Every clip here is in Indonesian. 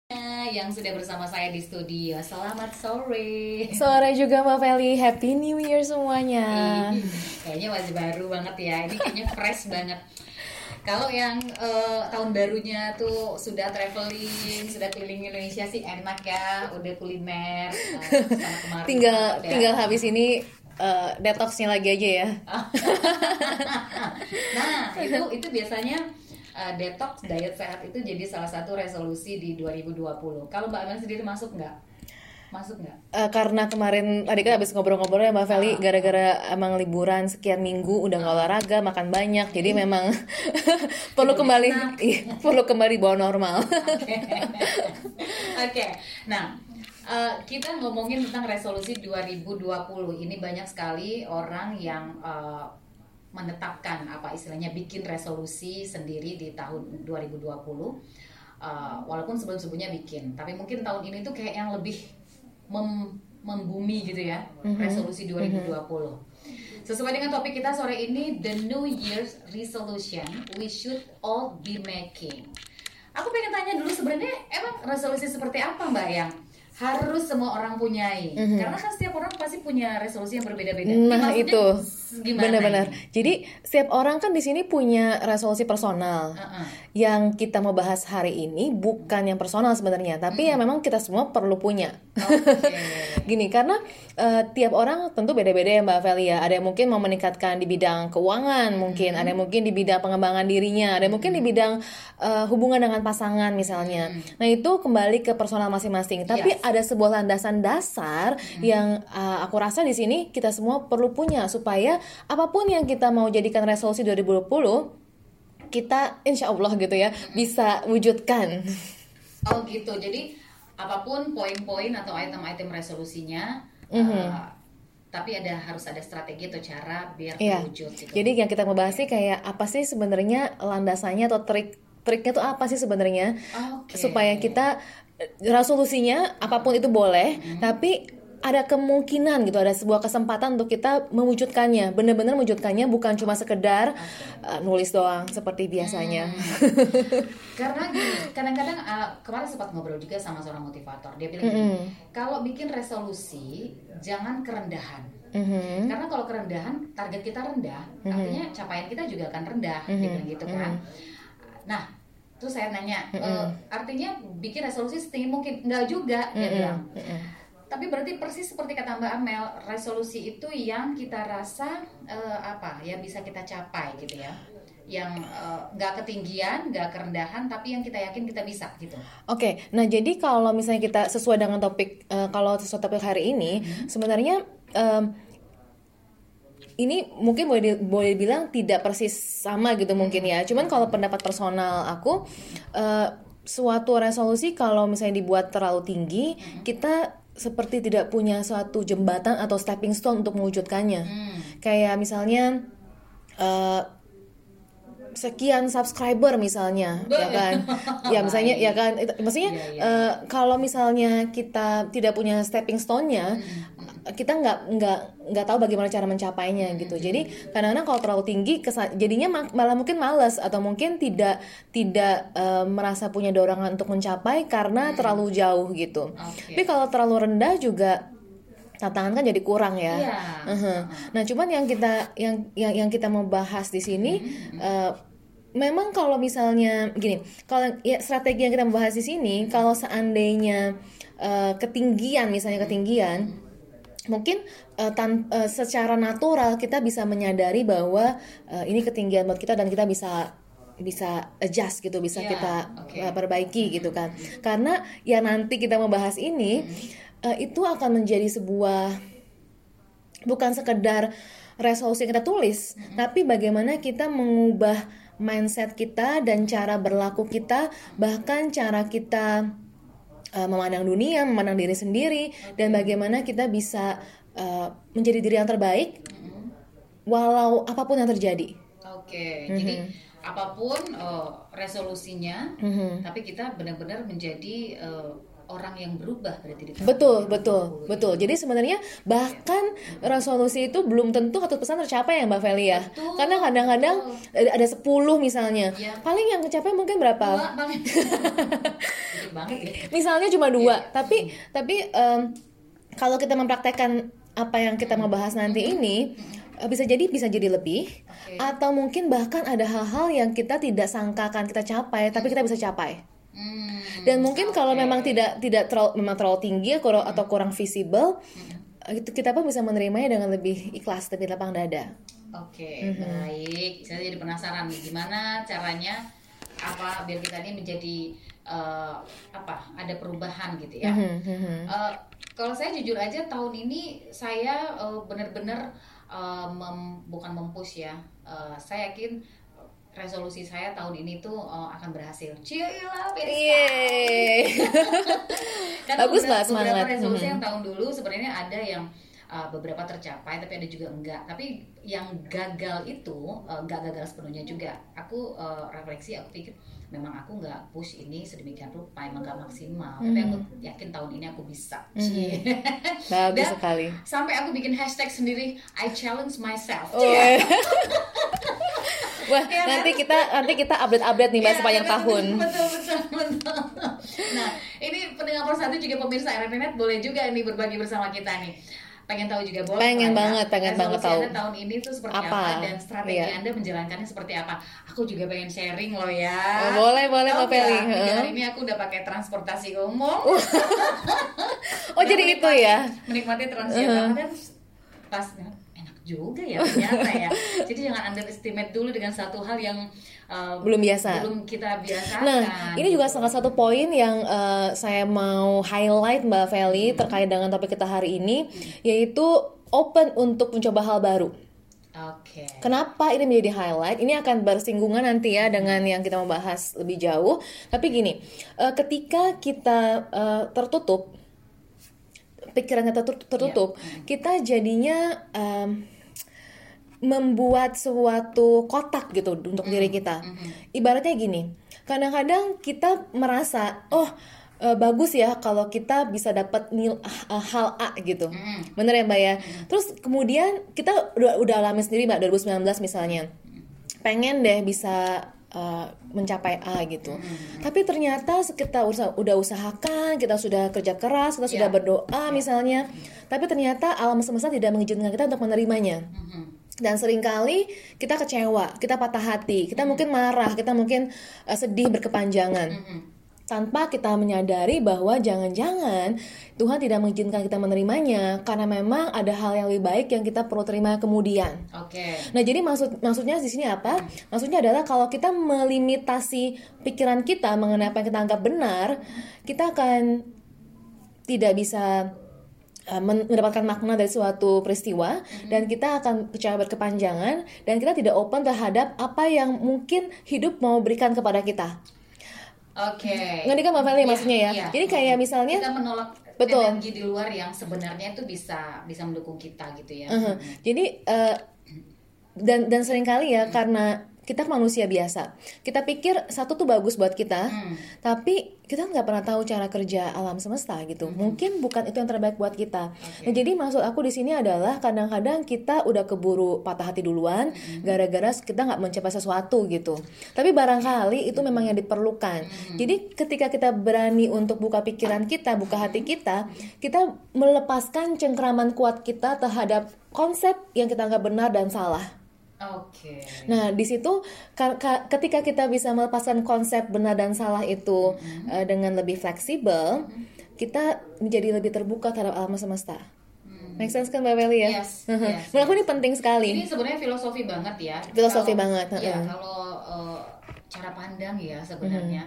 yang sudah bersama saya di studio. Selamat sore. Sore juga Mbak Feli, Happy New Year semuanya. Kayaknya masih baru banget ya. Ini kayaknya fresh banget. Kalau yang tahun barunya tuh sudah traveling, sudah keliling Indonesia sih enak ya, udah kuliner. Sama kemarin Tinggal habis ini detoxnya lagi aja ya. Nah, itu biasanya detox diet sehat itu jadi salah satu resolusi di 2020. Kalau Mbak Amel sendiri masuk nggak? Masuk nggak? Karena kemarin tadi kan habis ngobrol-ngobrol ya Mbak Feli, gara-gara emang liburan sekian minggu udah nggak olahraga, makan banyak, jadi memang perlu kembali bawa normal. Oke. Nah, kita ngomongin tentang resolusi 2020. Ini banyak sekali orang yang menetapkan apa istilahnya bikin resolusi sendiri di tahun 2020. Walaupun sebelum-sebelumnya bikin, tapi mungkin tahun ini tuh kayak yang lebih membumi gitu ya, resolusi 2020. Sesuai dengan topik kita sore ini, the New Year's resolution we should all be making. Aku pengen tanya dulu, sebenarnya emang resolusi seperti apa Mbak yang harus semua orang punyai? Karena kan setiap orang pasti punya resolusi yang berbeda-beda. Nah itu gimana benar-benar. ini? Jadi setiap orang kan di sini punya resolusi personal. Yang kita mau bahas hari ini bukan yang personal sebenarnya, tapi yang memang kita semua perlu punya. Gini, karena tiap orang tentu beda-beda ya Mbak Feli ya. Ada yang mungkin mau meningkatkan di bidang keuangan, mungkin ada yang mungkin di bidang pengembangan dirinya, ada yang mungkin di bidang hubungan dengan pasangan misalnya. Nah itu kembali ke personal masing-masing. Tapi ada sebuah landasan dasar yang aku rasa di sini kita semua perlu punya supaya apapun yang kita mau jadikan resolusi 2020 kita insya Allah gitu ya bisa wujudkan. Oh gitu. Jadi apapun poin-poin atau item-item resolusinya, tapi harus ada strategi atau cara biar terwujud gitu. Jadi yang kita mau bahas sih kayak apa sih sebenarnya landasannya atau triknya tuh apa sih sebenarnya supaya kita resolusinya apapun itu boleh, tapi ada kemungkinan gitu, ada sebuah kesempatan untuk kita mewujudkannya, benar-benar mewujudkannya, bukan cuma sekedar nulis doang seperti biasanya. Karena gini, kadang-kadang kemarin sempat ngobrol juga sama seorang motivator, dia bilang gini, kalau bikin resolusi jangan kerendahan. Karena kalau kerendahan, target kita rendah, artinya capaian kita juga akan rendah, dia bilang gitu kan. Nah, terus saya nanya, artinya bikin resolusi setinggi mungkin? Enggak juga, dia bilang. Tapi berarti persis seperti kata Mbak Amel, resolusi itu yang kita rasa bisa kita capai gitu ya, yang nggak ketinggian, nggak kerendahan, tapi yang kita yakin kita bisa gitu. Oke, nah jadi kalau misalnya kita sesuai dengan topik, kalau sesuai topik hari ini, sebenarnya ini mungkin boleh bilang tidak persis sama gitu mungkin ya. Cuman kalau pendapat personal aku, suatu resolusi kalau misalnya dibuat terlalu tinggi, kita seperti tidak punya suatu jembatan atau stepping stone untuk mewujudkannya. Kayak misalnya sekian subscriber misalnya, ya kan? Ya misalnya, ya kan? Maksudnya kalau misalnya kita tidak punya stepping stone-nya, kita nggak tahu bagaimana cara mencapainya gitu. Jadi kadang-kadang kalau terlalu tinggi, jadinya malah mungkin malas atau mungkin tidak merasa punya dorongan untuk mencapai karena terlalu jauh gitu. Tapi kalau terlalu rendah juga tantangan kan jadi kurang ya. Nah, cuman yang kita mau bahas di sini, memang kalau misalnya gini, kalau ya strategi yang kita mau bahas di sini, kalau seandainya ketinggian, mungkin secara natural kita bisa menyadari bahwa ini ketinggian buat kita dan kita bisa adjust gitu, bisa kita perbaiki gitu kan. Karena ya nanti kita membahas ini itu akan menjadi sebuah bukan sekedar resolusi yang kita tulis, tapi bagaimana kita mengubah mindset kita dan cara berlaku kita, bahkan cara kita memandang dunia, memandang diri sendiri, dan bagaimana kita bisa menjadi diri yang terbaik walau apapun yang terjadi. Jadi apapun resolusinya, tapi kita benar-benar menjadi orang yang berubah berarti di tahun Betul. Jadi sebenarnya bahkan resolusi itu belum tentu 100% tercapai ya Mbak Feli ya. Betul. Karena kadang-kadang ada 10 misalnya. Ya. Paling yang tercapai mungkin berapa? 2 paling. Dikit banget ya. Misalnya cuma 2. Tapi kalau kita mempraktekkan apa yang kita mau bahas nanti ini, bisa jadi lebih, atau mungkin bahkan ada hal-hal yang kita tidak sangkakan kita capai tapi kita bisa capai. Dan mungkin kalau memang tidak terlalu tinggi atau kurang visible, kita pun bisa menerimanya dengan lebih ikhlas, lebih lapang dada. Baik. Saya jadi penasaran nih gimana caranya biar kita ini menjadi ada perubahan gitu ya. Kalau saya jujur aja tahun ini saya benar-benar bukan mempush ya. Saya yakin resolusi saya tahun ini tuh akan berhasil. Cila, bagus lah semangat. Beberapa resolusi yang tahun dulu sebenarnya ada yang beberapa tercapai tapi ada juga enggak. Tapi yang gagal itu enggak gagal sepenuhnya juga. Aku refleksi, aku pikir memang aku nggak push ini sedemikian rupa, emang nggak maksimal. Tapi aku yakin tahun ini aku bisa. Bagus sekali. Sampai aku bikin hashtag sendiri, I challenge myself. Wah, ya, nanti kita update nih Mbak sepanjang tahun. Betul. Nah, ini pendengar persatu juga pemirsa RNNet boleh juga nih berbagi bersama kita nih. Pengen tahu juga boleh. Pengen banget tahu. Anda tahun ini tuh seperti apa dan strategi Anda menjalankannya seperti apa. Aku juga pengen sharing loh ya. Boleh Mbak Feli. Hari ini aku udah pakai transportasi umum. Jadi itu ya. Menikmati Transjakarta dan pas juga ya ternyata ya. Jadi jangan underestimate dulu dengan satu hal yang belum kita biasakan. Nah, ini juga salah satu poin yang saya mau highlight Mbak Feli terkait dengan topik kita hari ini, yaitu open untuk mencoba hal baru. Kenapa ini menjadi highlight? Ini akan bersinggungan nanti ya dengan yang kita mau bahas lebih jauh. Tapi gini, ketika kita tertutup, pikiran kita tertutup, kita jadinya membuat suatu kotak gitu untuk diri kita. Ibaratnya gini, kadang-kadang kita merasa bagus ya kalau kita bisa dapat hal A gitu. Bener ya Mbak ya? Terus kemudian kita udah alami sendiri Mbak 2019 misalnya. Pengen deh bisa mencapai A gitu. Tapi ternyata kita udah usahakan, kita sudah kerja keras, kita sudah berdoa misalnya. Tapi ternyata alam semesta tidak mengizinkan kita untuk menerimanya. Dan seringkali kita kecewa, kita patah hati, kita mungkin marah, kita mungkin sedih berkepanjangan. Tanpa kita menyadari bahwa jangan-jangan Tuhan tidak mengizinkan kita menerimanya karena memang ada hal yang lebih baik yang kita perlu terima kemudian. Nah, jadi maksudnya di sini apa? Maksudnya adalah kalau kita melimitasi pikiran kita mengenai apa yang kita anggap benar, kita akan tidak bisa mendapatkan makna dari suatu peristiwa, dan kita akan kecewa berkepanjangan, dan kita tidak open terhadap apa yang mungkin hidup mau berikan kepada kita. Ngerti kan Mbak Feli maksudnya ya? Jadi kayak misalnya kita menolak energi di luar yang sebenarnya itu bisa mendukung kita gitu ya. Jadi dan seringkali ya karena kita manusia biasa, kita pikir satu tuh bagus buat kita, tapi kita nggak pernah tahu cara kerja alam semesta gitu. Mungkin bukan itu yang terbaik buat kita. Nah, jadi maksud aku di sini adalah kadang-kadang kita udah keburu patah hati duluan, gara-gara kita nggak mencapai sesuatu gitu. Tapi barangkali itu memang yang diperlukan. Jadi ketika kita berani untuk buka pikiran kita, buka hati kita melepaskan cengkraman kuat kita terhadap konsep yang kita anggap benar dan salah. Nah, di situ ketika kita bisa melepaskan konsep benar dan salah itu dengan lebih fleksibel, kita menjadi lebih terbuka terhadap alam semesta. Make sense kan Mbak Feli ya? Yes. Menurut aku ini penting sekali. Ini sebenarnya filosofi banget ya. Banget. Ya, kalau cara pandang ya sebenarnya.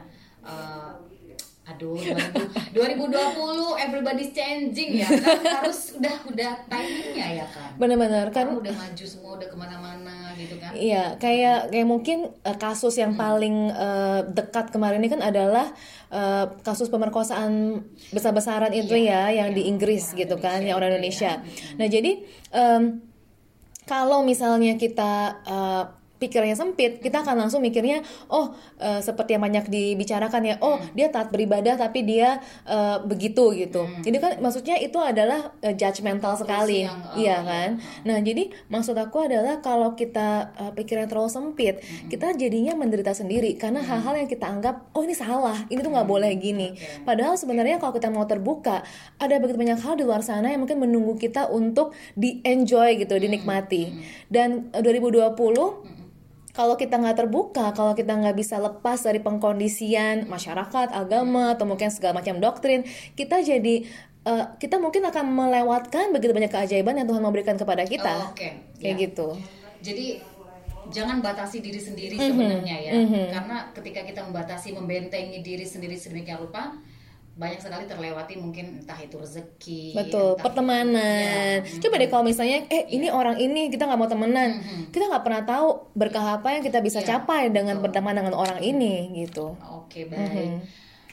2020 everybody's changing ya kan, harus udah timingnya ya kan. Benar-benar kan udah maju semua, udah kemana-mana gitu kan. Iya, kayak mungkin kasus yang paling dekat kemarin ini kan adalah kasus pemerkosaan besar-besaran itu yang di Inggris gitu kan, yang orang Indonesia. Nah, jadi kalau misalnya kita pikirannya sempit, kita akan langsung mikirnya, seperti yang banyak dibicarakan ya, dia taat beribadah tapi dia begitu gitu. Jadi kan maksudnya itu adalah judgmental sekali, iya kan. Nah jadi maksud aku adalah kalau kita pikirannya terlalu sempit, kita jadinya menderita sendiri karena hal-hal yang kita anggap ini salah, ini tuh nggak boleh gini. Padahal sebenarnya kalau kita mau terbuka, ada begitu banyak hal di luar sana yang mungkin menunggu kita untuk di-enjoy gitu, dinikmati. Dan 2020 kalau kita nggak terbuka, kalau kita nggak bisa lepas dari pengkondisian masyarakat, agama, atau mungkin segala macam doktrin, kita mungkin akan melewatkan begitu banyak keajaiban yang Tuhan mau berikan kepada kita. Kayak gitu. Jadi jangan batasi diri sendiri sebenarnya ya, karena ketika kita membentengi diri sendiri sedemikian rupa, banyak sekali terlewati mungkin entah itu rezeki, betul, pertemanan. Coba deh kalau misalnya ini orang ini kita nggak mau temenan, kita nggak pernah tahu berkah apa yang kita bisa capai dengan berteman dengan orang ini gitu. Oke, baik.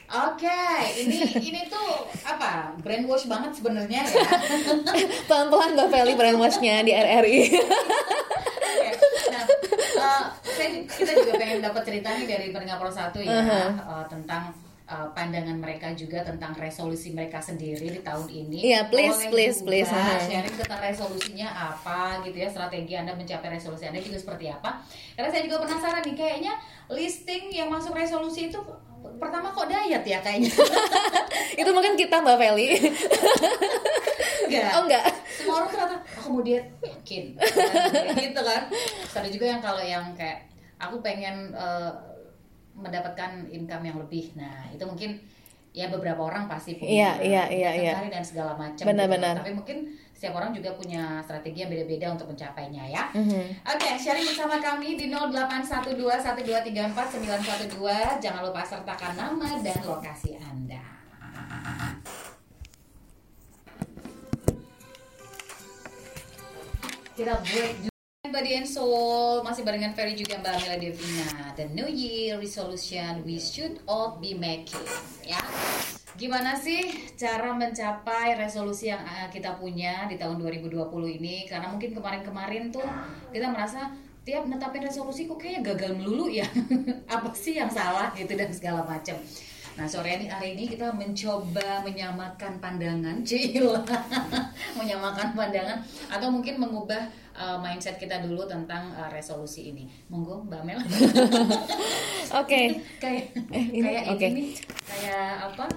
Ini tuh apa? Brainwash banget sebenarnya ya. Pelan-pelan Mbak Feli brainwashnya di RRI. Kita juga pengen dapat ceritanya dari pendengar Pro 1 ya, tentang pandangan mereka juga tentang resolusi mereka sendiri di tahun ini. Iya, please. Sharing tentang resolusinya apa gitu ya, strategi Anda mencapai resolusi Anda juga seperti apa. Karena saya juga penasaran nih, kayaknya listing yang masuk resolusi itu pertama kok diet ya kayaknya. Itu mungkin kita Mbak Feli. Enggak. Semua orang ternyata aku mau diet, yakin. Gitu kan. Ada juga yang kalau yang kayak aku pengen mendapatkan income yang lebih. Nah, itu mungkin ya beberapa orang pasti punya cari dan segala macam. Benar-benar. Tapi mungkin setiap orang juga punya strategi yang beda-beda untuk mencapainya ya. Oke, sharing bersama kami di 0812-1234912. Jangan lupa sertakan nama dan lokasi Anda. Kita break Body and Soul, masih barengan Ferry juga Mbak Amela Devina. The New Year Resolution we should all be making, ya. Gimana sih cara mencapai resolusi yang kita punya di tahun 2020 ini? Karena mungkin kemarin-kemarin tuh kita merasa tiap netapin resolusi kok kayaknya gagal melulu ya. Apa sih yang salah gitu dan segala macam. Nah, hari ini kita mencoba menyamakan pandangan, menyamakan pandangan atau mungkin mengubah mindset kita dulu tentang resolusi ini. Monggo Mbak Mel. Oke. Kayak ini kayak apa?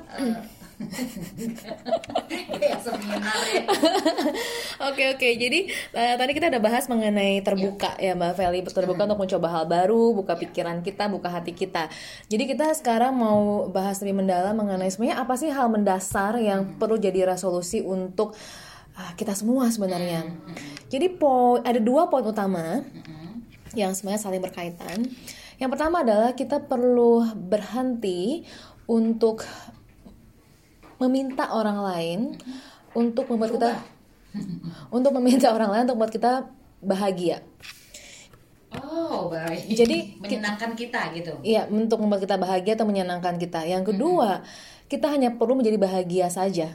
Kayak seminar ya. Oke. Jadi tadi kita udah bahas mengenai terbuka ya Mbak Feli, terbuka untuk mencoba hal baru, buka pikiran kita, buka hati kita. Jadi kita sekarang mau bahas lebih mendalam mengenai sebenarnya apa sih hal mendasar yang perlu jadi resolusi untuk kita semua sebenarnya. Jadi ada 2 poin utama yang sebenarnya saling berkaitan. Yang pertama adalah kita perlu berhenti untuk meminta orang lain untuk membuat kita meminta orang lain untuk membuat kita bahagia. Oh, baik. Jadi menyenangkan kita gitu. Iya, untuk membuat kita bahagia atau menyenangkan kita. Yang kedua, kita hanya perlu menjadi bahagia saja.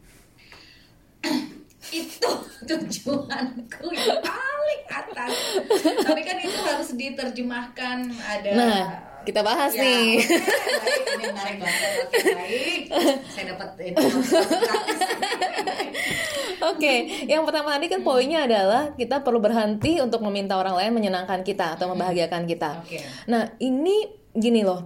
Itu tujuanku yang paling atas. Tapi kan itu harus diterjemahkan ada. Nah, kita bahas nih. Baik, ini menarik banget. Baik. Saya dapat Oke, yang pertama tadi kan poinnya adalah kita perlu berhenti untuk meminta orang lain menyenangkan kita atau membahagiakan kita. Nah, ini gini loh.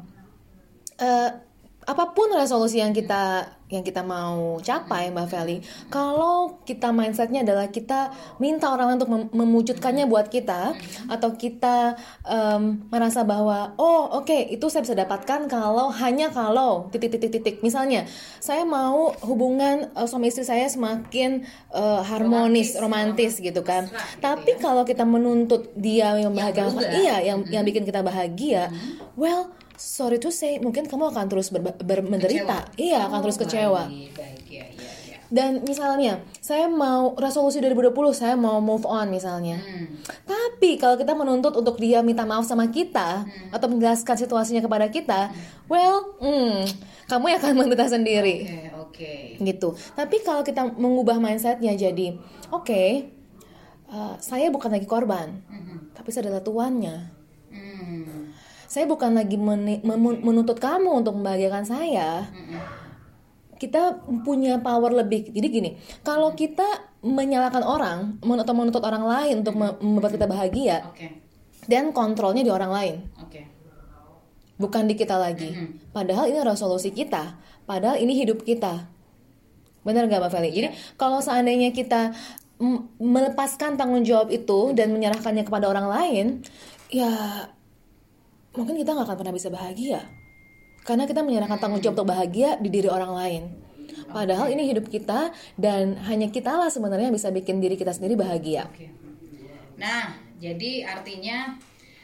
Apapun resolusi yang kita mau capai Mbak Feli, kalau kita mindsetnya adalah kita minta orang lain untuk mewujudkannya buat kita, atau kita merasa bahwa itu saya bisa dapatkan kalau titik. Misalnya saya mau hubungan suami istri saya semakin harmonis, romantis gitu kan. Tapi kalau kita menuntut dia yang bahagia, yang bikin kita bahagia, sorry to say, mungkin kamu akan terus menderita. Iya, akan terus kecewa. Baik. Dan misalnya, saya mau resolusi 2020, saya mau move on misalnya. Tapi kalau kita menuntut untuk dia minta maaf sama kita atau menjelaskan situasinya kepada kita, kamu yang akan menderita sendiri. Oke. Gitu. Tapi kalau kita mengubah mindsetnya jadi, saya bukan lagi korban. tapi saya adalah tuannya. Saya bukan lagi menuntut kamu untuk membahagiakan saya. Kita punya power lebih. Jadi gini, kalau kita menyalahkan orang atau menuntut orang lain untuk membuat kita bahagia, dan kontrolnya di orang lain, bukan di kita lagi. Padahal ini adalah solusi kita. Padahal ini hidup kita. Benar gak Mbak Feli? Jadi kalau seandainya kita melepaskan tanggung jawab itu dan menyerahkannya kepada orang lain, ya mungkin kita gak akan pernah bisa bahagia. Karena kita menyerahkan tanggung jawab untuk bahagia di diri orang lain. Padahal ini hidup kita, dan hanya kita lah sebenarnya bisa bikin diri kita sendiri bahagia. Nah, jadi artinya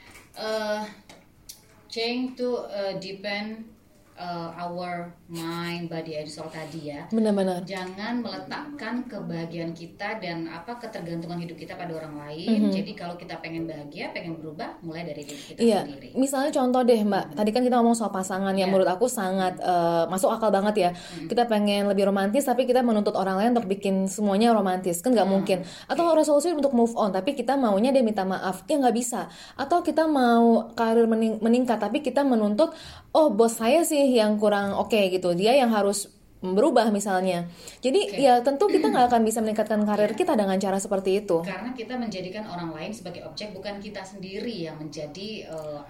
change to deepen our mind, body, and soul tadi ya. Benar-benar. Jangan meletakkan kebahagiaan kita dan ketergantungan hidup kita pada orang lain. Jadi kalau kita pengen bahagia, pengen berubah, mulai dari diri kita sendiri. Misalnya contoh deh Mbak, tadi kan kita ngomong soal pasangan yang menurut aku sangat masuk akal banget ya. Kita pengen lebih romantis, tapi kita menuntut orang lain untuk bikin semuanya romantis, kan nggak mungkin. Atau resolusi untuk move on, tapi kita maunya dia minta maaf, ya nggak bisa. Atau kita mau karir meningkat, tapi kita menuntut, oh bos saya sih yang kurang oke gitu, dia yang harus berubah misalnya. Jadi ya tentu kita nggak akan bisa meningkatkan karir kita dengan cara seperti itu. Karena kita menjadikan orang lain sebagai objek, bukan kita sendiri yang menjadi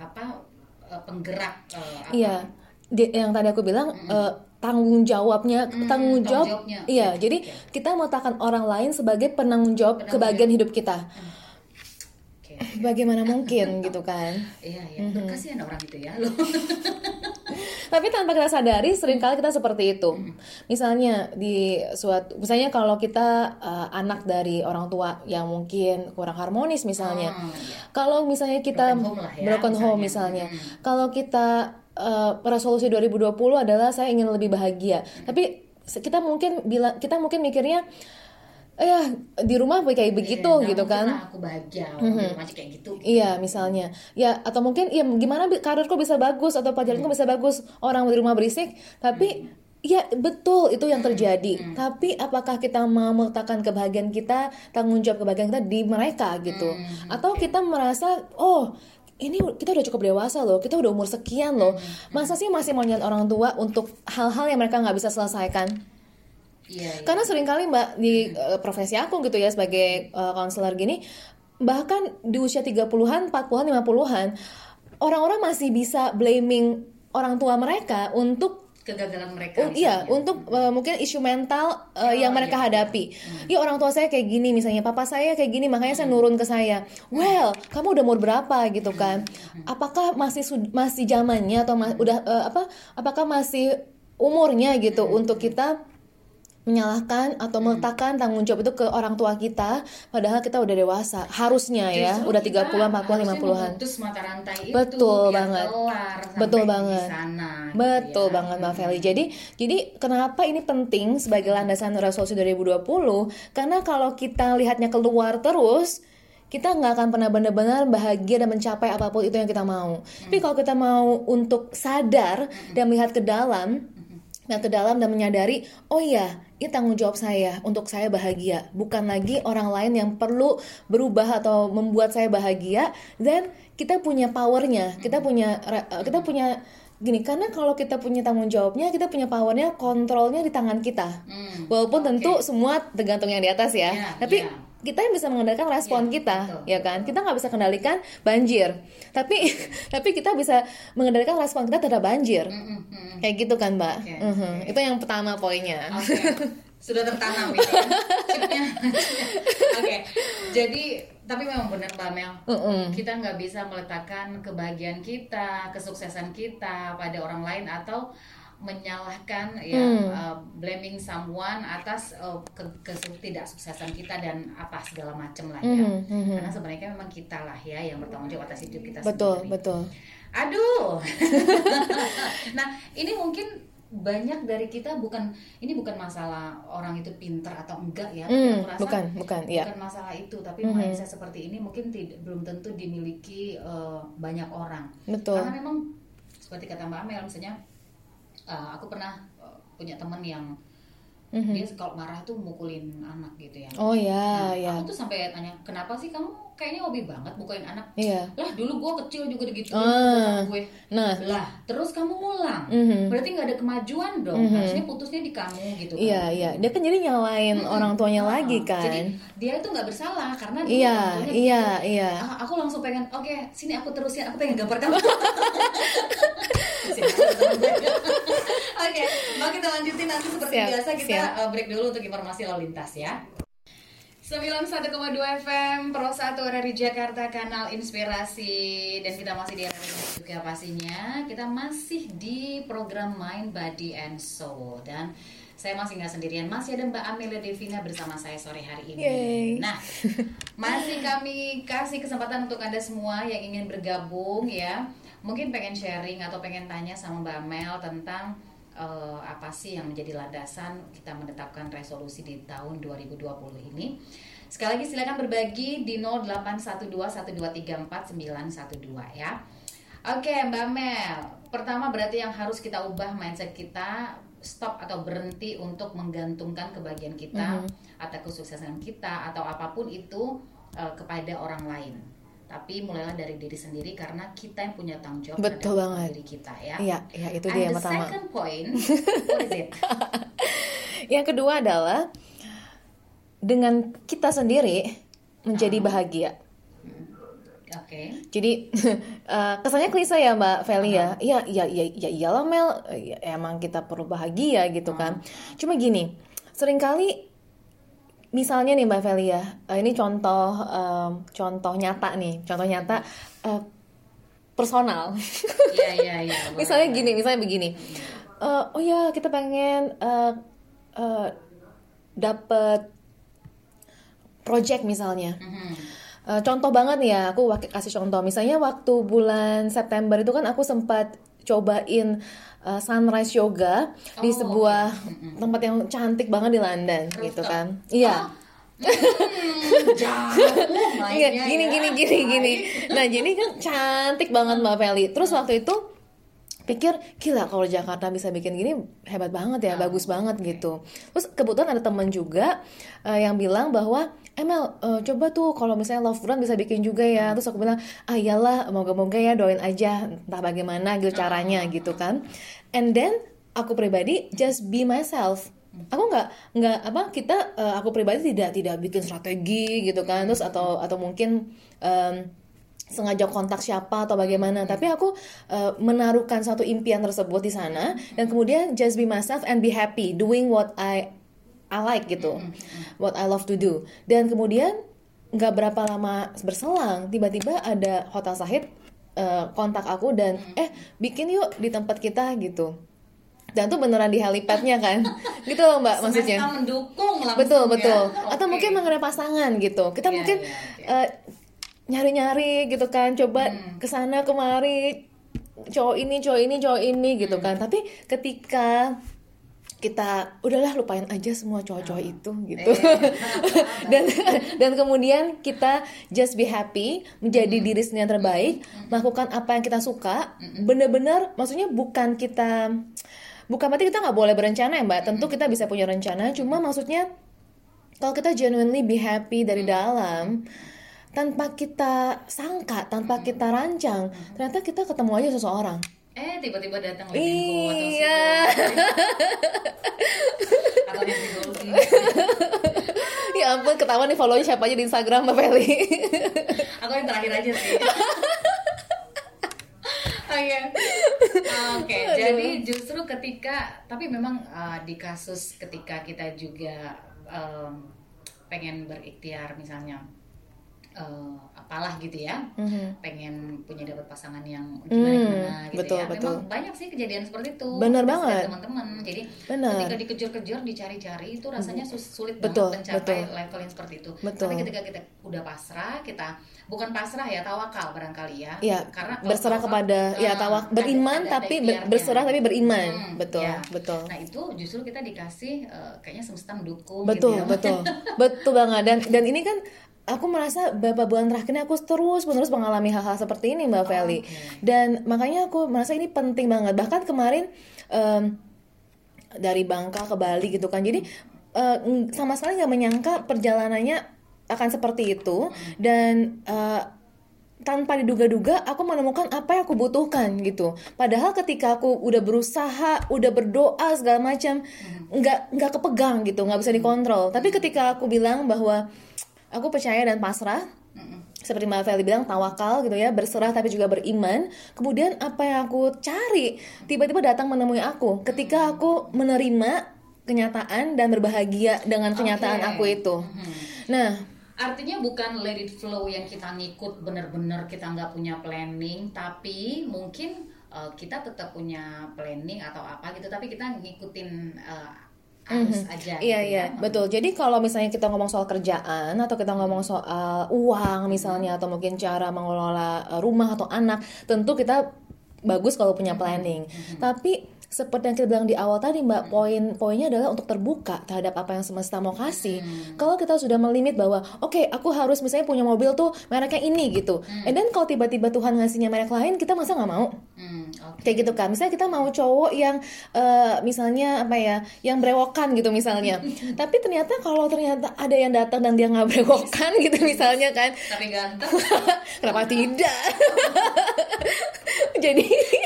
penggerak. Iya, yang tadi aku bilang tanggung jawabnya. Iya, jadi kita meletakkan orang lain sebagai penanggung jawab kebahagiaan hidup kita. Bagaimana mungkin gitu kan? Iya, berkasihan orang itu ya. Tapi tanpa kita sadari seringkali kita seperti itu. Misalnya misalnya kalau kita anak dari orang tua yang mungkin kurang harmonis misalnya. Kalau misalnya kita broken home misalnya. Kalau kita resolusi 2020 adalah saya ingin lebih bahagia. Tapi kita mungkin mikirnya di rumah kayak begitu gitu kan. Aku bahagia, masih kayak gitu. Iya, misalnya. Ya, atau mungkin gimana karirku bisa bagus atau pelajaranku bisa bagus, orang di rumah berisik, tapi ya betul itu yang terjadi. Tapi apakah kita mau meletakkan kebahagiaan kita, tanggung jawab kebahagiaan kita di mereka gitu? Atau kita merasa, ini kita udah cukup dewasa loh, kita udah umur sekian loh, masa sih masih mau nyalain orang tua untuk hal-hal yang mereka nggak bisa selesaikan? Karena seringkali Mbak di profesi aku gitu ya sebagai konselor gini, bahkan di usia 30-an, 40-an, 50-an, orang-orang masih bisa blaming orang tua mereka untuk kegagalan mereka. Untuk mungkin isu mental yang mereka hadapi. Ya orang tua saya kayak gini misalnya, papa saya kayak gini, makanya saya nurun ke saya. Well, kamu udah umur berapa gitu kan? Apakah masih zamannya atau apakah masih umurnya gitu untuk kita menyalahkan atau meletakkan tanggung jawab itu ke orang tua kita, padahal kita udah dewasa harusnya. Justru udah 30-an, 40-an, 50-an. Memutus mata rantai itu. Betul banget. Betul banget. Betul banget Mbak Feli. Jadi kenapa ini penting sebagai landasan resolusi 2020? Karena kalau kita lihatnya keluar terus, kita nggak akan pernah benar-benar bahagia dan mencapai apapun itu yang kita mau. Tapi kalau kita mau untuk sadar dan melihat ke dalam dan menyadari, ini tanggung jawab saya untuk saya bahagia, bukan lagi orang lain yang perlu berubah atau membuat saya bahagia. Dan kita punya powernya, kita punya gini, karena kalau kita punya tanggung jawabnya, kita punya powernya, kontrolnya di tangan kita. Walaupun tentu semua tergantung yang di atas ya, tapi kita yang bisa mengendalikan respon kita, betul. Ya kan? Kita nggak bisa kendalikan banjir, tapi kita bisa mengendalikan respon kita terhadap banjir, kayak gitu kan, Mbak? Itu yang pertama poinnya. Sudah tertanam itu. Jadi tapi memang benar Mbak Mel, kita nggak bisa meletakkan kebahagiaan kita, kesuksesan kita pada orang lain atau menyalahkan blaming someone atas ketidaksuksesan kita dan segala macam lah ya. Karena sebenarnya memang kita lah ya yang bertanggung jawab atas hidup kita sendiri. Betul. Aduh. Nah, ini mungkin banyak dari kita bukan masalah orang itu pintar atau enggak ya. Bukan masalah itu, tapi mindset seperti ini mungkin belum tentu dimiliki banyak orang. Betul. Karena memang seperti kata Mbak Amel misalnya, aku pernah punya teman yang Dia kalau marah tuh mukulin anak gitu ya. Oh ya, Aku tuh sampai tanya, kenapa sih kamu kayaknya hobi banget mukulin anak? Iya. Lah dulu gue kecil juga digituin sama gue. Nah, lah terus kamu ngulang, berarti nggak ada kemajuan dong. Harusnya putusnya di kamu gitu kan. Iya. Dia kan jadi nyalain orang tuanya lagi kan. Jadi dia itu nggak bersalah karena dulu Iya, orang tuanya gitu. iya. Aku langsung pengen, oke, sini aku terusin, aku pengen gambar kamu. Oke, mau kita lanjutin nanti seperti biasa kita break dulu untuk informasi lalu lintas ya. 91,2 FM Pro 1 dari Jakarta, kanal inspirasi, dan kita masih di RRI juga pastinya. Kita masih di program Mind, Body and Soul, dan saya masih nggak sendirian, masih ada Mbak Amelia Devina bersama saya sore hari ini. Yay. Nah, masih kami kasih kesempatan untuk Anda semua yang ingin bergabung ya. Mungkin pengen sharing atau pengen tanya sama Mbak Mel tentang apa sih yang menjadi landasan kita menetapkan resolusi di tahun 2020 ini. Sekali lagi silakan berbagi di 081212349912 ya. Oke Mbak Mel, pertama berarti yang harus kita ubah mindset kita, stop atau berhenti untuk menggantungkan kebahagiaan kita atau kesuksesan kita atau apapun itu kepada orang lain. Tapi mulailah dari diri sendiri karena kita yang punya tanggung jawab terhadap diri kita ya. Iya, itu dia yang pertama. And the second point, what is it? Yang kedua adalah dengan kita sendiri menjadi bahagia. Oke. Jadi kesannya klise ya Mbak Feli ya. Iya iyalah Mel, emang kita perlu bahagia gitu kan. Cuma gini, seringkali misalnya nih Mbak Feli ya, ini contoh nyata nih, personal. Iya. Misalnya begini. Oh ya kita pengen dapet project misalnya. Contoh banget nih ya, aku kasih contoh. Misalnya waktu bulan September itu kan aku sempat cobain sunrise yoga di sebuah tempat yang cantik banget di London gitu kan. Iya. Gini. Nah, jadi kan cantik banget Mbak Feli. Terus waktu itu pikir, gila kalau Jakarta bisa bikin gini hebat banget ya, bagus banget gitu. Terus kebetulan ada teman juga yang bilang bahwa Mel, coba tuh kalau misalnya Love Brand bisa bikin juga ya. Terus aku bilang, iyalah, moga-moga ya, doain aja entah bagaimana gitu caranya gitu kan. And then aku pribadi just be myself. Aku aku pribadi tidak bikin strategi gitu kan. Terus atau mungkin sengaja kontak siapa atau bagaimana, tapi aku menaruhkan satu impian tersebut di sana dan kemudian just be myself and be happy doing what I like gitu, what I love to do. Dan kemudian nggak berapa lama berselang, tiba-tiba ada Hotel Sahid kontak aku dan bikin yuk di tempat kita gitu. Dan tuh beneran di helipadnya kan, gitu loh Mbak maksudnya. Semesta mendukung langsung. Betul. Atau mungkin mengenai pasangan gitu. Kita mungkin nyari-nyari gitu kan, coba kesana kemari, cowok ini gitu kan. Tapi ketika kita udahlah lupain aja semua cowok-cowok itu gitu. dan kemudian kita just be happy, menjadi diri sendiri yang terbaik, melakukan apa yang kita suka, benar-benar maksudnya bukan berarti kita nggak boleh berencana ya Mbak. Tentu kita bisa punya rencana, cuma maksudnya kalau kita genuinely be happy dari dalam, tanpa kita sangka, tanpa kita rancang, ternyata kita ketemu aja seseorang. Tiba-tiba datang Lemenko atau psikologi. Ya ampun, ketahuan nih follow siapa aja di Instagram Mbak Feli. Aku yang terakhir aja sih. Oke, jadi justru tapi memang di kasus ketika kita juga pengen berikhtiar misalnya apalah gitu ya, pengen punya dapat pasangan yang gimana gitu betul. Memang banyak sih kejadian seperti itu. Benar banget teman-teman. Jadi ketika dikejar-kejar, dicari-cari itu rasanya sulit banget mencapai level yang seperti itu. Tapi ketika kita udah pasrah, kita bukan pasrah ya, tawakal barangkali ya. Iya, karena berserah kepada beriman tapi berserah tapi beriman. Betul. Nah, itu justru kita dikasih kayaknya semesta mendukung betul, gitu ya. Betul banget. Dan ini kan aku merasa beberapa bulan terakhir ini aku terus-menerus mengalami hal-hal seperti ini Mbak Feli. Dan makanya aku merasa ini penting banget. Bahkan kemarin dari Bangka ke Bali gitu kan. Jadi sama sekali nggak menyangka perjalanannya akan seperti itu, dan tanpa diduga-duga aku menemukan apa yang aku butuhkan gitu. Padahal ketika aku udah berusaha, udah berdoa segala macam, nggak kepegang gitu, nggak bisa dikontrol. Tapi ketika aku bilang bahwa aku percaya dan pasrah, seperti Mbak Feli bilang, tawakal gitu ya, berserah tapi juga beriman. Kemudian apa yang aku cari tiba-tiba datang menemui aku ketika aku menerima kenyataan dan berbahagia dengan kenyataan aku itu. Nah, artinya bukan let it flow yang kita ngikut bener-bener kita nggak punya planning, tapi mungkin kita tetap punya planning atau apa gitu, tapi kita ngikutin arus aja. Iya, gitu iya, betul. Jadi kalau misalnya kita ngomong soal kerjaan atau kita ngomong soal uang misalnya, atau mungkin cara mengelola rumah atau anak, tentu kita bagus kalau punya planning. Tapi seperti yang kita bilang di awal tadi Mbak, poinnya adalah untuk terbuka terhadap apa yang semesta mau kasih. Kalau kita sudah melimit bahwa oke, aku harus misalnya punya mobil tuh mereknya ini gitu, and then kalau tiba-tiba Tuhan ngasihnya merek lain, kita masa nggak mau? Kayak gitu kan. Misalnya kita mau cowok yang misalnya apa ya, yang brewokan gitu misalnya. Tapi ternyata kalau ternyata ada yang datang dan dia nggak brewokan gitu misalnya kan, tapi ganteng. Kenapa tidak? Jadi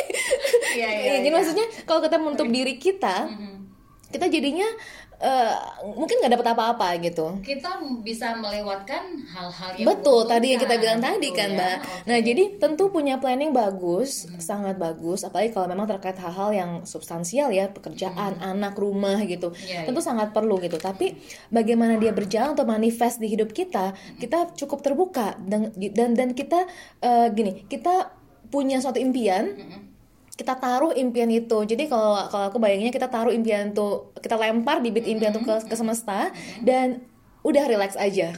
jadi maksudnya kalau kita menutup diri kita, kita jadinya mungkin nggak dapat apa-apa gitu. Kita bisa melewatkan hal-hal yang betul tadi yang kita bilang tadi gitu kan ya. Mbak. Nah jadi tentu punya planning bagus, sangat bagus, apalagi kalau memang terkait hal-hal yang substansial ya, pekerjaan, anak, rumah gitu. Tentu sangat perlu gitu. Tapi bagaimana dia berjalan untuk manifest di hidup kita, kita cukup terbuka dan kita gini, kita punya suatu impian, kita taruh impian itu. Jadi kalau aku bayanginnya, kita taruh impian itu, kita lempar bibit impian itu ke semesta, dan udah relax aja.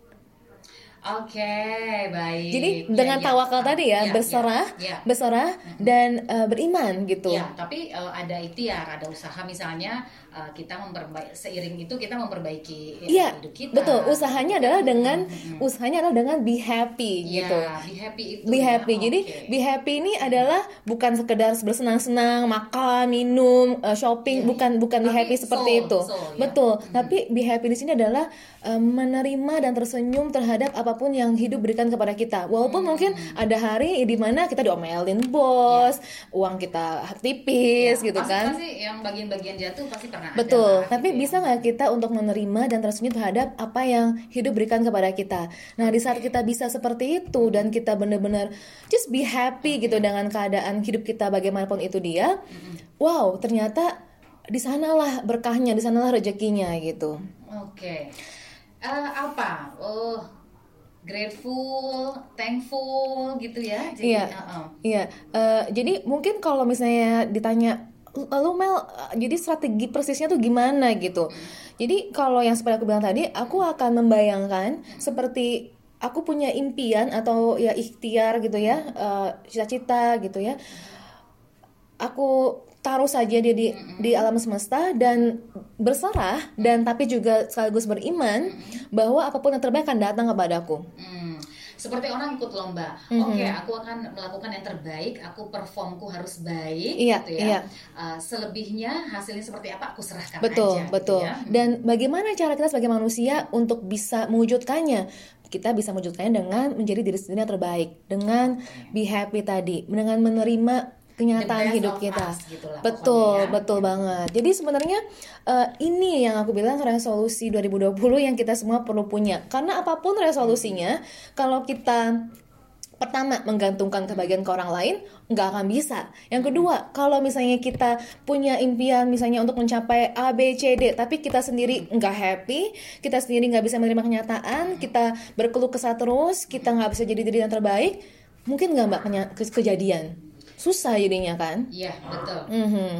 Oke, baik. Jadi dengan tawakal tadi ya, berserah dan beriman gitu. Ya, tapi ada ikhtiar, ada usaha misalnya, kita seiring itu kita memperbaiki hidup kita. Betul. Usahanya adalah dengan be happy gitu. Be happy itu. Be happy. Jadi be happy ini adalah bukan sekedar bersenang-senang, makan, minum, shopping, bukan be happy seperti itu. Betul. Tapi be happy di sini adalah menerima dan tersenyum terhadap apapun yang hidup berikan kepada kita. Walaupun mungkin ada hari di mana kita diomelin bos, uang kita tipis gitu kan. Pasti yang bagian-bagian jatuh pasti pernah. Betul, tapi bisa nggak kita untuk menerima dan tersenyum terhadap apa yang hidup berikan kepada kita? Nah, di saat kita bisa seperti itu dan kita benar-benar just be happy gitu dengan keadaan hidup kita bagaimanapun itu dia, wow, ternyata di sanalah berkahnya, di sanalah rezekinya gitu. Oke. Apa? Grateful, thankful gitu ya. Jadi, jadi mungkin kalau misalnya ditanya, lalu Mel, jadi strategi persisnya tuh gimana gitu. Jadi kalau yang seperti aku bilang tadi, aku akan membayangkan seperti aku punya impian atau ya ikhtiar gitu ya, cita-cita gitu ya. Aku taruh saja dia di alam semesta dan berserah, dan tapi juga sekaligus beriman bahwa apapun yang terbaik akan datang kepadaku. Seperti orang ikut lomba, oke, aku akan melakukan yang terbaik, aku performku harus baik, gitu ya. Selebihnya hasilnya seperti apa aku serahkan aja. Betul. Gitu ya. Dan bagaimana cara kita sebagai manusia untuk bisa mewujudkannya? Kita bisa mewujudkannya dengan menjadi diri sendiri yang terbaik, dengan be happy tadi, dengan menerima kenyataan hidup kita. Gitulah, betul banget. Jadi sebenarnya ini yang aku bilang resolusi 2020 yang kita semua perlu punya. Karena apapun resolusinya, kalau kita pertama menggantungkan kebahagiaan ke orang lain, nggak akan bisa. Yang kedua, kalau misalnya kita punya impian misalnya untuk mencapai A, B, C, D, tapi kita sendiri nggak happy, kita sendiri nggak bisa menerima kenyataan, kita berkeluh kesah terus, kita nggak bisa jadi diri yang terbaik, mungkin nggak Mbak kejadian? Susah jadinya kan? Iya, betul.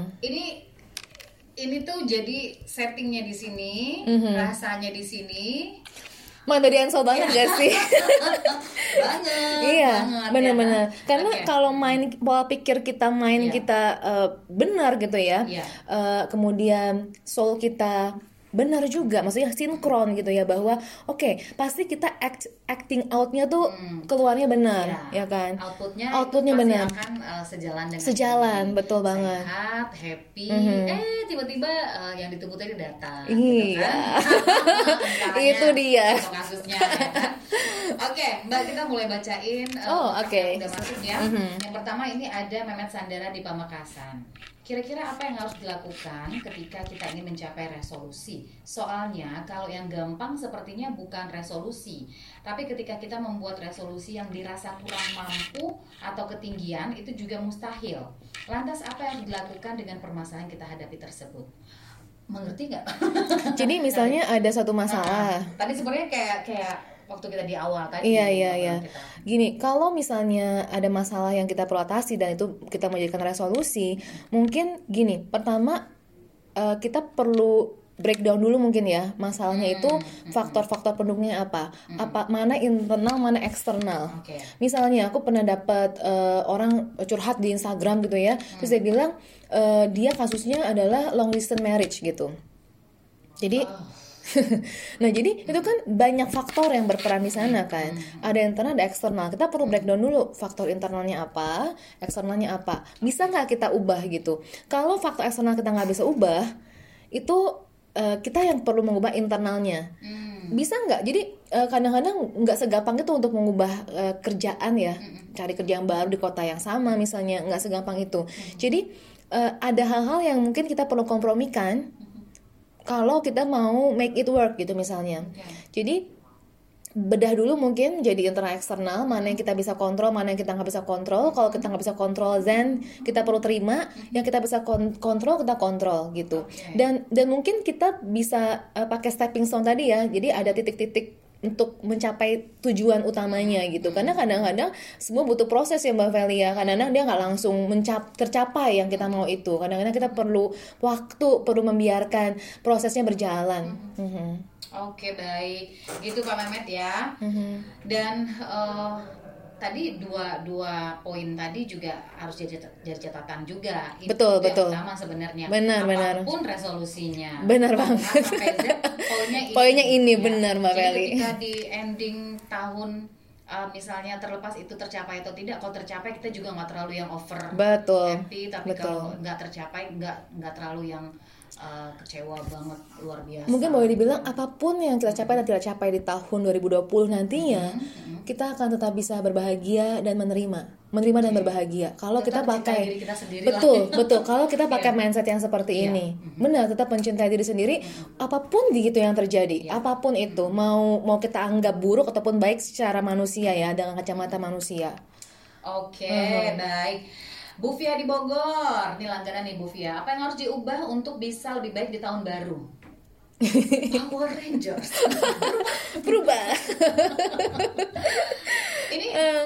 Ini tuh jadi settingnya di sini, rasanya di sini. Dari Ansel banget gak sih? banget. Iya, benar-benar. Ya. Karena kalau pola pikir kita kita benar gitu ya. Kemudian soul kita benar juga, maksudnya sinkron gitu ya, bahwa oke, pasti kita acting outnya tuh keluarnya benar, ya kan? Outputnya benar. Akan sejalan dengan sejalan, betul banget. Sehat, happy, tiba-tiba yang ditunggu tadi datang. Iya. Gitu kan? Itu dia. Kasusnya, ya kan? Oke, Mbak, kita mulai bacain yang udah masuk ya. Yang pertama ini ada Mehmet Sandara di Pamekasan. Kira-kira apa yang harus dilakukan ketika kita ingin mencapai resolusi? Soalnya kalau yang gampang sepertinya bukan resolusi, tapi ketika kita membuat resolusi yang dirasa kurang mampu atau ketinggian, itu juga mustahil. Lantas apa yang harus dilakukan dengan permasalahan yang kita hadapi tersebut? Mengerti nggak? Jadi misalnya ada satu masalah. Tadi sebenarnya kayak waktu kita di awal tadi. Iya. Gini, kalau misalnya ada masalah yang kita perlu atasi dan itu kita menjadikan resolusi, mungkin gini, pertama kita perlu breakdown dulu mungkin ya, masalahnya itu faktor-faktor pendukungnya apa, mana internal, mana eksternal. Misalnya aku pernah dapat orang curhat di Instagram gitu ya, terus dia bilang dia kasusnya adalah long distance marriage gitu. Jadi nah, jadi itu kan banyak faktor yang berperan di sana kan. Ada internal, ada eksternal. Kita perlu breakdown dulu faktor internalnya apa, eksternalnya apa. Bisa nggak kita ubah gitu? Kalau faktor eksternal kita nggak bisa ubah, itu kita yang perlu mengubah internalnya. Bisa nggak? Jadi kadang-kadang nggak segampang itu untuk mengubah kerjaan ya, cari kerjaan baru di kota yang sama misalnya, nggak segampang itu. Jadi ada hal-hal yang mungkin kita perlu kompromikan kalau kita mau make it work gitu misalnya. Jadi bedah dulu mungkin jadi internal eksternal, mana yang kita bisa kontrol, mana yang kita nggak bisa kontrol. Kalau kita nggak bisa kontrol, then kita perlu terima. Yang kita bisa kontrol, kita kontrol gitu. Dan mungkin kita bisa pakai stepping stone tadi ya. Jadi ada titik-titik untuk mencapai tujuan utamanya gitu. Karena kadang-kadang semua butuh proses ya Mbak Velia. Kadang-kadang dia nggak langsung tercapai yang kita mau itu. Kadang-kadang kita perlu waktu, perlu membiarkan prosesnya berjalan. Oke, baik. Gitu Pak Mehmet ya. Dan tadi dua poin tadi juga harus jadi catatan juga. Itu betul. yang utama sebenarnya. Apapun resolusinya. Benar banget. Poinnya ini ya. Benar Mbak Feli. Jadi ketika di ending tahun misalnya terlepas itu tercapai atau tidak, kalau tercapai kita juga nggak terlalu yang over happy, tapi kalau nggak tercapai nggak terlalu yang kecewa banget luar biasa. Mungkin boleh dibilang apapun yang kita capai dan tidak capai di tahun 2020 nantinya, kita akan tetap bisa berbahagia dan menerima dan berbahagia. Kalau kita pakai diri kita sendiri betul. Kalau kita pakai mindset yang seperti ini, benar, tetap mencintai diri sendiri. Apapun gitu yang terjadi, apapun itu, mau kita anggap buruk ataupun baik secara manusia ya, dengan kacamata manusia. Oke, baik. Bu Fia di Bogor, ini langganan nih Bu Fia. Apa yang harus diubah untuk bisa lebih baik di tahun baru? Power Rangers. Berubah. Ini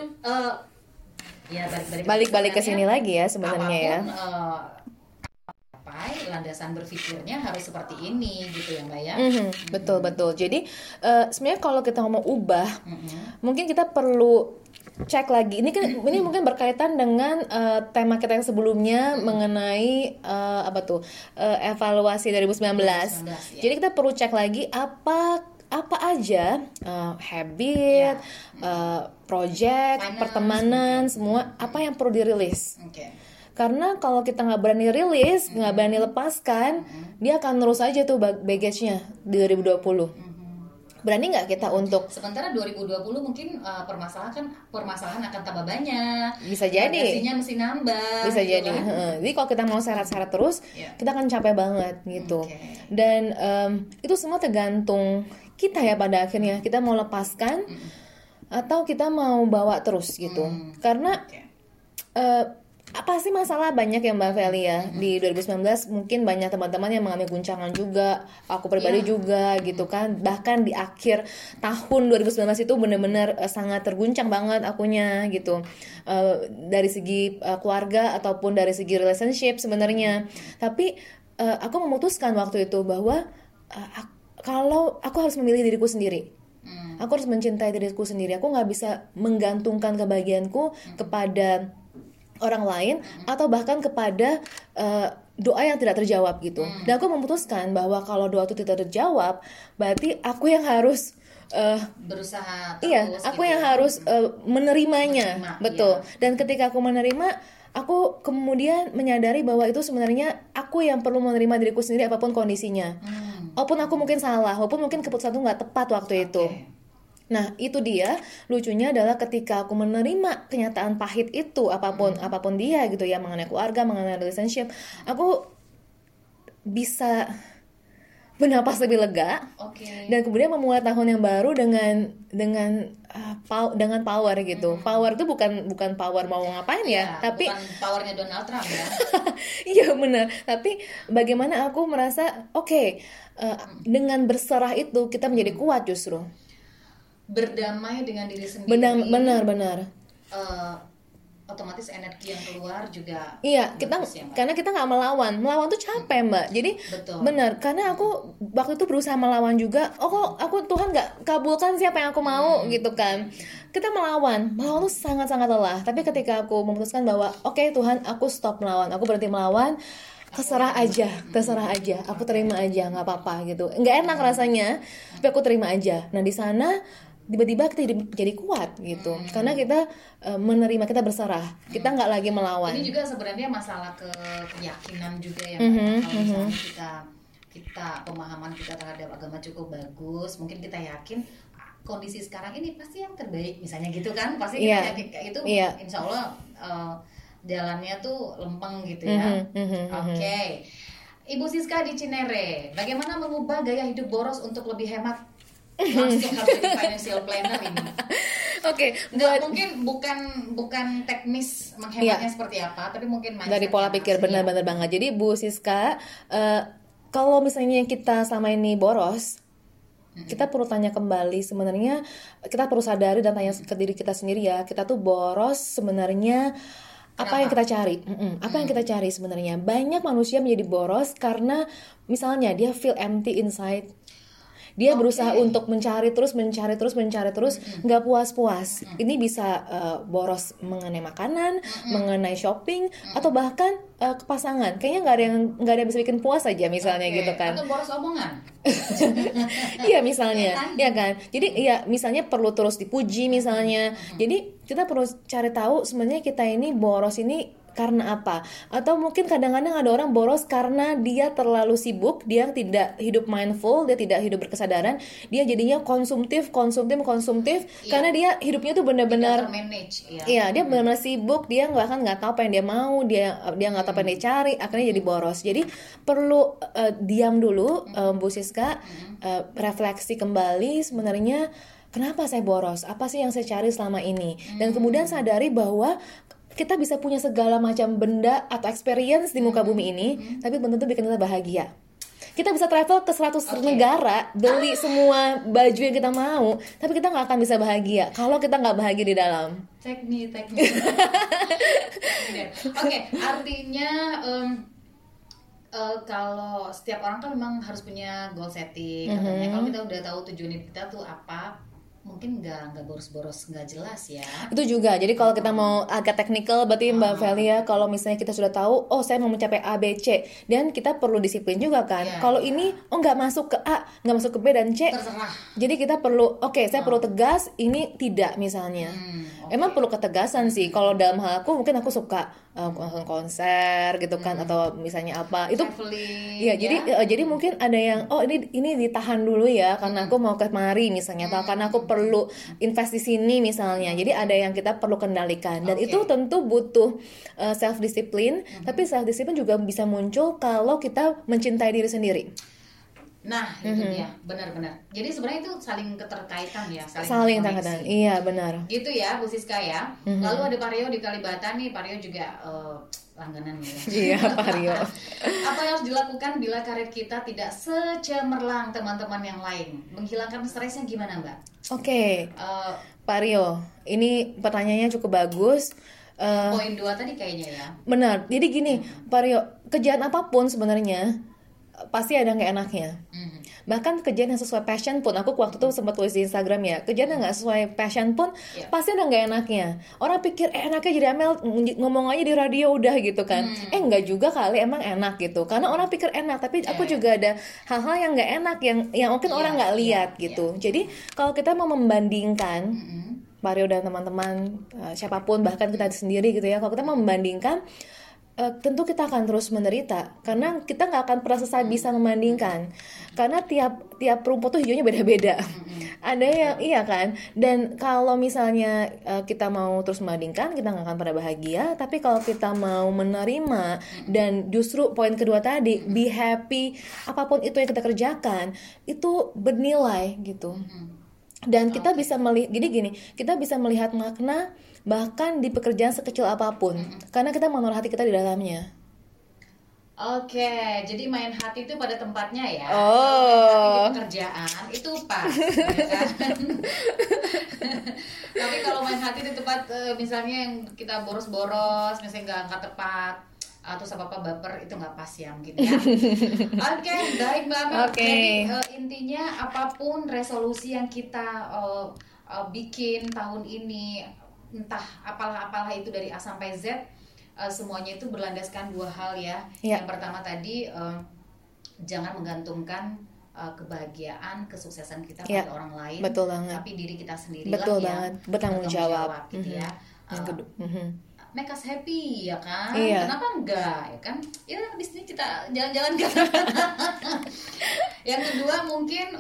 ya balik ke sini lagi ya sebenarnya ya. Landasan berpikirnya harus seperti ini gitu ya Mbak ya. Betul. Jadi sebenarnya kalau kita ngomong ubah, mungkin kita perlu cek lagi. Ini mungkin berkaitan dengan tema kita yang sebelumnya mengenai evaluasi 2019. Ya. Jadi kita perlu cek lagi apa aja habit, project, pertemanan, semua apa yang perlu dirilis. Karena kalau kita nggak berani rilis, nggak berani lepaskan, dia akan terus aja tuh baggage-nya di 2020. Berani nggak kita untuk? Sementara 2020 mungkin permasalahan akan tambah banyak. Bisa jadi. Bagasinya mesti nambah. Bisa jadi. Kan? Jadi kalau kita mau seret-seret terus, kita akan capek banget gitu. Dan itu semua tergantung kita ya pada akhirnya. Kita mau lepaskan atau kita mau bawa terus gitu. Karena pasti masalah banyak ya Mbak Feli ya. Di 2019 mungkin banyak teman-teman yang mengalami guncangan juga, aku pribadi juga gitu kan. Bahkan di akhir tahun 2019 itu benar-benar sangat terguncang banget akunya gitu, dari segi keluarga ataupun dari segi relationship sebenarnya. Tapi aku memutuskan waktu itu bahwa kalau aku harus memilih diriku sendiri. Aku harus mencintai diriku sendiri. Aku gak bisa menggantungkan kebahagiaanku kepada orang lain atau bahkan kepada doa yang tidak terjawab gitu. Dan aku memutuskan bahwa kalau doa itu tidak terjawab, berarti aku yang harus berusaha terus. Iya, aku yang harus menerimanya, betul. Iya. Dan ketika aku menerima, aku kemudian menyadari bahwa itu sebenarnya aku yang perlu menerima diriku sendiri apapun kondisinya. Walaupun aku mungkin salah, walaupun mungkin keputusan itu nggak tepat waktu itu. Nah, itu dia lucunya adalah ketika aku menerima kenyataan pahit itu apapun dia gitu ya, mengenai keluarga, mengenai relationship, aku bisa bernapas lebih lega, dan kemudian memulai tahun yang baru dengan power gitu. Power itu bukan power mau ngapain ya, tapi bukan powernya Donald Trump ya. Iya benar. Tapi bagaimana aku merasa dengan berserah itu kita menjadi kuat justru. Berdamai dengan diri sendiri. Benar. Otomatis energi yang keluar juga. Iya, karena kita nggak melawan tuh capek Mbak. Jadi benar, karena aku waktu itu berusaha melawan juga. Aku Tuhan nggak kabulkan siapa yang aku mau gitu kan. Kita melawan tuh sangat-sangat lelah. Tapi ketika aku memutuskan bahwa Tuhan, aku stop melawan, aku berhenti melawan, terserah aja, aku terima aja, nggak apa-apa gitu. Nggak enak rasanya, tapi aku terima aja. Nah di sana tiba-tiba kita jadi kuat gitu, karena kita menerima, kita berserah, kita nggak lagi melawan. Ini juga sebenarnya masalah keyakinan juga ya. Kalau misalnya kita pemahaman kita terhadap agama cukup bagus, mungkin kita yakin kondisi sekarang ini pasti yang terbaik, misalnya gitu kan, pasti kita yakin itu, insya Allah jalannya tuh lempeng gitu ya. Ibu Siska di Cinere, bagaimana mengubah gaya hidup boros untuk lebih hemat? Langsung harus jadi financial planner ini. Mungkin bukan teknis menghematnya seperti apa, tapi mungkin dari pola pikir. Benar banget. Jadi Bu Siska, kalau misalnya kita selama ini boros, kita perlu tanya kembali, sebenarnya kita perlu sadari dan tanya ke diri kita sendiri ya, kita tuh boros sebenarnya apa yang kita cari? Apa yang kita cari sebenarnya? Banyak manusia menjadi boros karena misalnya dia feel empty inside. Dia berusaha untuk mencari terus, nggak puas-puas. Ini bisa boros mengenai makanan, mengenai shopping, atau bahkan ke pasangan. Kayaknya nggak ada yang bisa bikin puas aja misalnya gitu kan. Atau boros omongan. Iya misalnya, ya kan. Jadi ya misalnya perlu terus dipuji misalnya. Jadi kita perlu cari tahu sebenarnya kita ini boros ini karena apa? Atau mungkin kadang-kadang ada orang boros karena dia terlalu sibuk, dia tidak hidup mindful, dia tidak hidup berkesadaran, dia jadinya konsumtif karena dia hidupnya tuh benar-benar manage. Iya, dia benar-benar sibuk, dia bahkan nggak tahu apa yang dia mau, dia nggak tahu apa yang dia cari, akhirnya jadi boros. Jadi perlu diam dulu, Bu Siska, refleksi kembali sebenarnya kenapa saya boros, apa sih yang saya cari selama ini, dan kemudian sadari bahwa kita bisa punya segala macam benda atau experience di muka bumi ini, tapi belum tentu bikin kita bahagia. Kita bisa travel ke 100 negara, beli semua baju yang kita mau, tapi kita nggak akan bisa bahagia kalau kita nggak bahagia di dalam. Teknik. Artinya kalau setiap orang kan memang harus punya goal setting. Katanya kalau kita udah tahu tujuan kita tuh apa, mungkin nggak boros-boros, nggak jelas ya. Itu juga. Jadi kalau kita mau agak teknikal, berarti Mbak Velia, kalau misalnya kita sudah tahu, saya mau mencapai A, B, C, dan kita perlu disiplin juga kan. Kalau ini nggak masuk ke A, nggak masuk ke B dan C, terserah. Jadi kita perlu, saya perlu tegas, ini tidak misalnya. Emang perlu ketegasan sih. Kalau dalam hal aku, mungkin aku suka konser gitu kan, atau misalnya apa itu. Iya, jadi mungkin ada yang ini ditahan dulu ya, karena aku mau kemari misalnya, atau karena aku perlu invest di sini misalnya. Jadi ada yang kita perlu kendalikan, dan itu tentu butuh self discipline. Tapi self discipline juga bisa muncul kalau kita mencintai diri sendiri. Nah, itu dia, benar-benar. Jadi sebenarnya itu saling keterkaitan ya, saling terkaitan. Iya, benar. Gitu ya, Bu Siska ya. Lalu ada Pak Rio di Kalibata nih, Pak Rio juga langganan ya. Iya, Pak Rio. Apa yang harus dilakukan bila karir kita tidak secemerlang teman-teman yang lain? Menghilangkan stresnya gimana, Mbak? Pak Rio, ini pertanyaannya cukup bagus. Poin 2 tadi kayaknya ya. Benar. Jadi gini, Pak Rio, kerjaan apapun sebenarnya pasti ada nggak enaknya. Bahkan kerjaan yang sesuai passion pun, aku waktu itu sempat tulis di Instagram ya, kerjaan yang nggak sesuai passion pun pasti ada nggak enaknya. Orang pikir enaknya jadi Amel ngomong aja di radio udah gitu kan. Nggak juga kali, emang enak gitu. Karena orang pikir enak, tapi aku juga ada hal-hal yang nggak enak yang mungkin orang nggak lihat gitu. Jadi kalau kita mau membandingkan Mario dan teman-teman, siapapun bahkan kita sendiri gitu ya, kalau kita mau membandingkan, tentu kita akan terus menderita karena kita nggak akan pernah selesai bisa membandingkan, karena tiap rumput tuh hijaunya beda-beda. Ada yang iya kan, dan kalau misalnya kita mau terus membandingkan, kita nggak akan pernah bahagia. Tapi kalau kita mau menerima, dan justru poin kedua tadi, be happy, apapun itu yang kita kerjakan itu bernilai gitu. Dan kita bisa melihat, gini, kita bisa melihat makna bahkan di pekerjaan sekecil apapun, karena kita menaruh hati kita di dalamnya. Oke, jadi main hati itu pada tempatnya ya. Oh. Main hati di pekerjaan itu pas, ya kan? Tapi kalau main hati di tempat misalnya yang kita boros-boros, misalnya nggak angkat tepat, atau apa baper, itu nggak pas ya mungkin ya. Oke, baik Mbak Amel. Jadi intinya apapun resolusi yang kita bikin tahun ini, entah apalah itu dari A sampai Z, semuanya itu berlandaskan dua hal ya. Yang pertama tadi, jangan menggantungkan kebahagiaan, kesuksesan kita pada orang lain. Betul banget. Tapi diri kita sendirilah betul yang banget. Bertanggung jawab gitu ya. Yang kedua, make us happy ya kan? Iya. Kenapa enggak ya kan? Ya di sini kita jalan-jalan kan. Yang kedua mungkin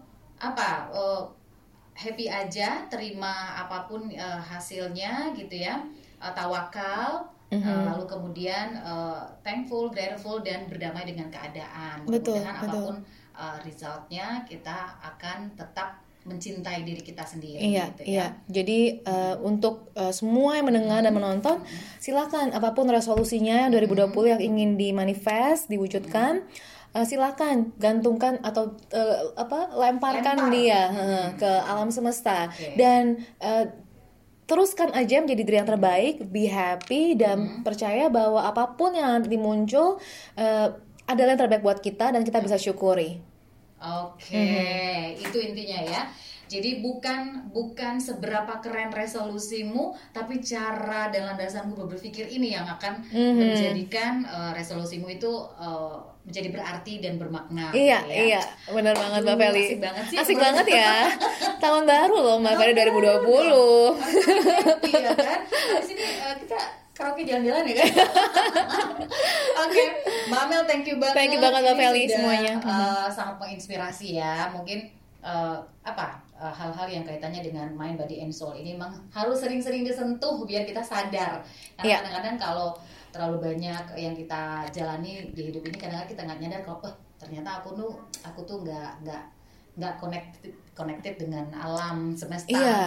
happy aja, terima apapun hasilnya gitu ya, tawakal, lalu kemudian thankful, grateful, dan berdamai dengan keadaan. Mudah-mudahan apapun resultnya, kita akan tetap mencintai diri kita sendiri. Gitu ya. Jadi untuk semua yang mendengar dan menonton, silakan apapun resolusinya 2020 yang ingin dimanifest, diwujudkan, silakan gantungkan atau lemparkan dia ke alam semesta. Dan teruskan aja menjadi diri yang terbaik, be happy, dan percaya bahwa apapun yang nanti muncul adalah yang terbaik buat kita, dan kita bisa syukuri. Oke, itu intinya ya. Jadi bukan seberapa keren resolusimu, tapi cara dan landasanmu berpikir ini yang akan menjadikan resolusimu itu menjadi berarti dan bermakna. Iya, gitu ya. Iya, benar banget Mbak Feli. Asik banget sih. Asik banget ya. Tahun baru loh Mbak Feli 2020. Iya kan? Di sini kita karaoke jalan-jalan ya kan? Oke, Mbak Amel, thank you banget. Thank you banget Mbak Feli semuanya. Sangat menginspirasi ya. Mungkin hal-hal yang kaitannya dengan mind, body, and soul ini memang harus sering-sering disentuh biar kita sadar. Karena kadang-kadang kalau terlalu banyak yang kita jalani di hidup ini, kadang-kadang kita nggak nyadar kalau ternyata aku tuh nggak connected dengan alam semesta.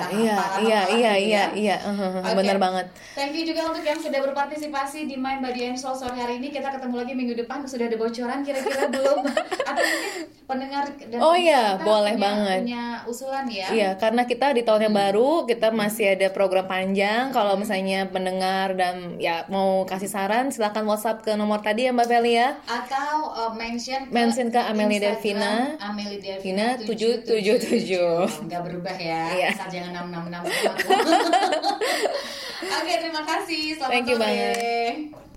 Iya. Benar banget. Thank you juga untuk yang sudah berpartisipasi di Mind, Body, and Soul sore hari ini. Kita ketemu lagi minggu depan. Sudah ada bocoran kira-kira belum? Atau mungkin pendengar dan boleh banget punya usulan ya. Iya, karena kita di tahun yang baru kita masih ada program panjang. Kalau misalnya pendengar dan ya mau kasih saran, silakan WhatsApp ke nomor tadi ya Mbak Feli ya. Atau mention ke Amelie Delvina 777. Nggak berubah ya. Asal jangan 666. Oke, terima kasih. Selamat sore. Thank you banget.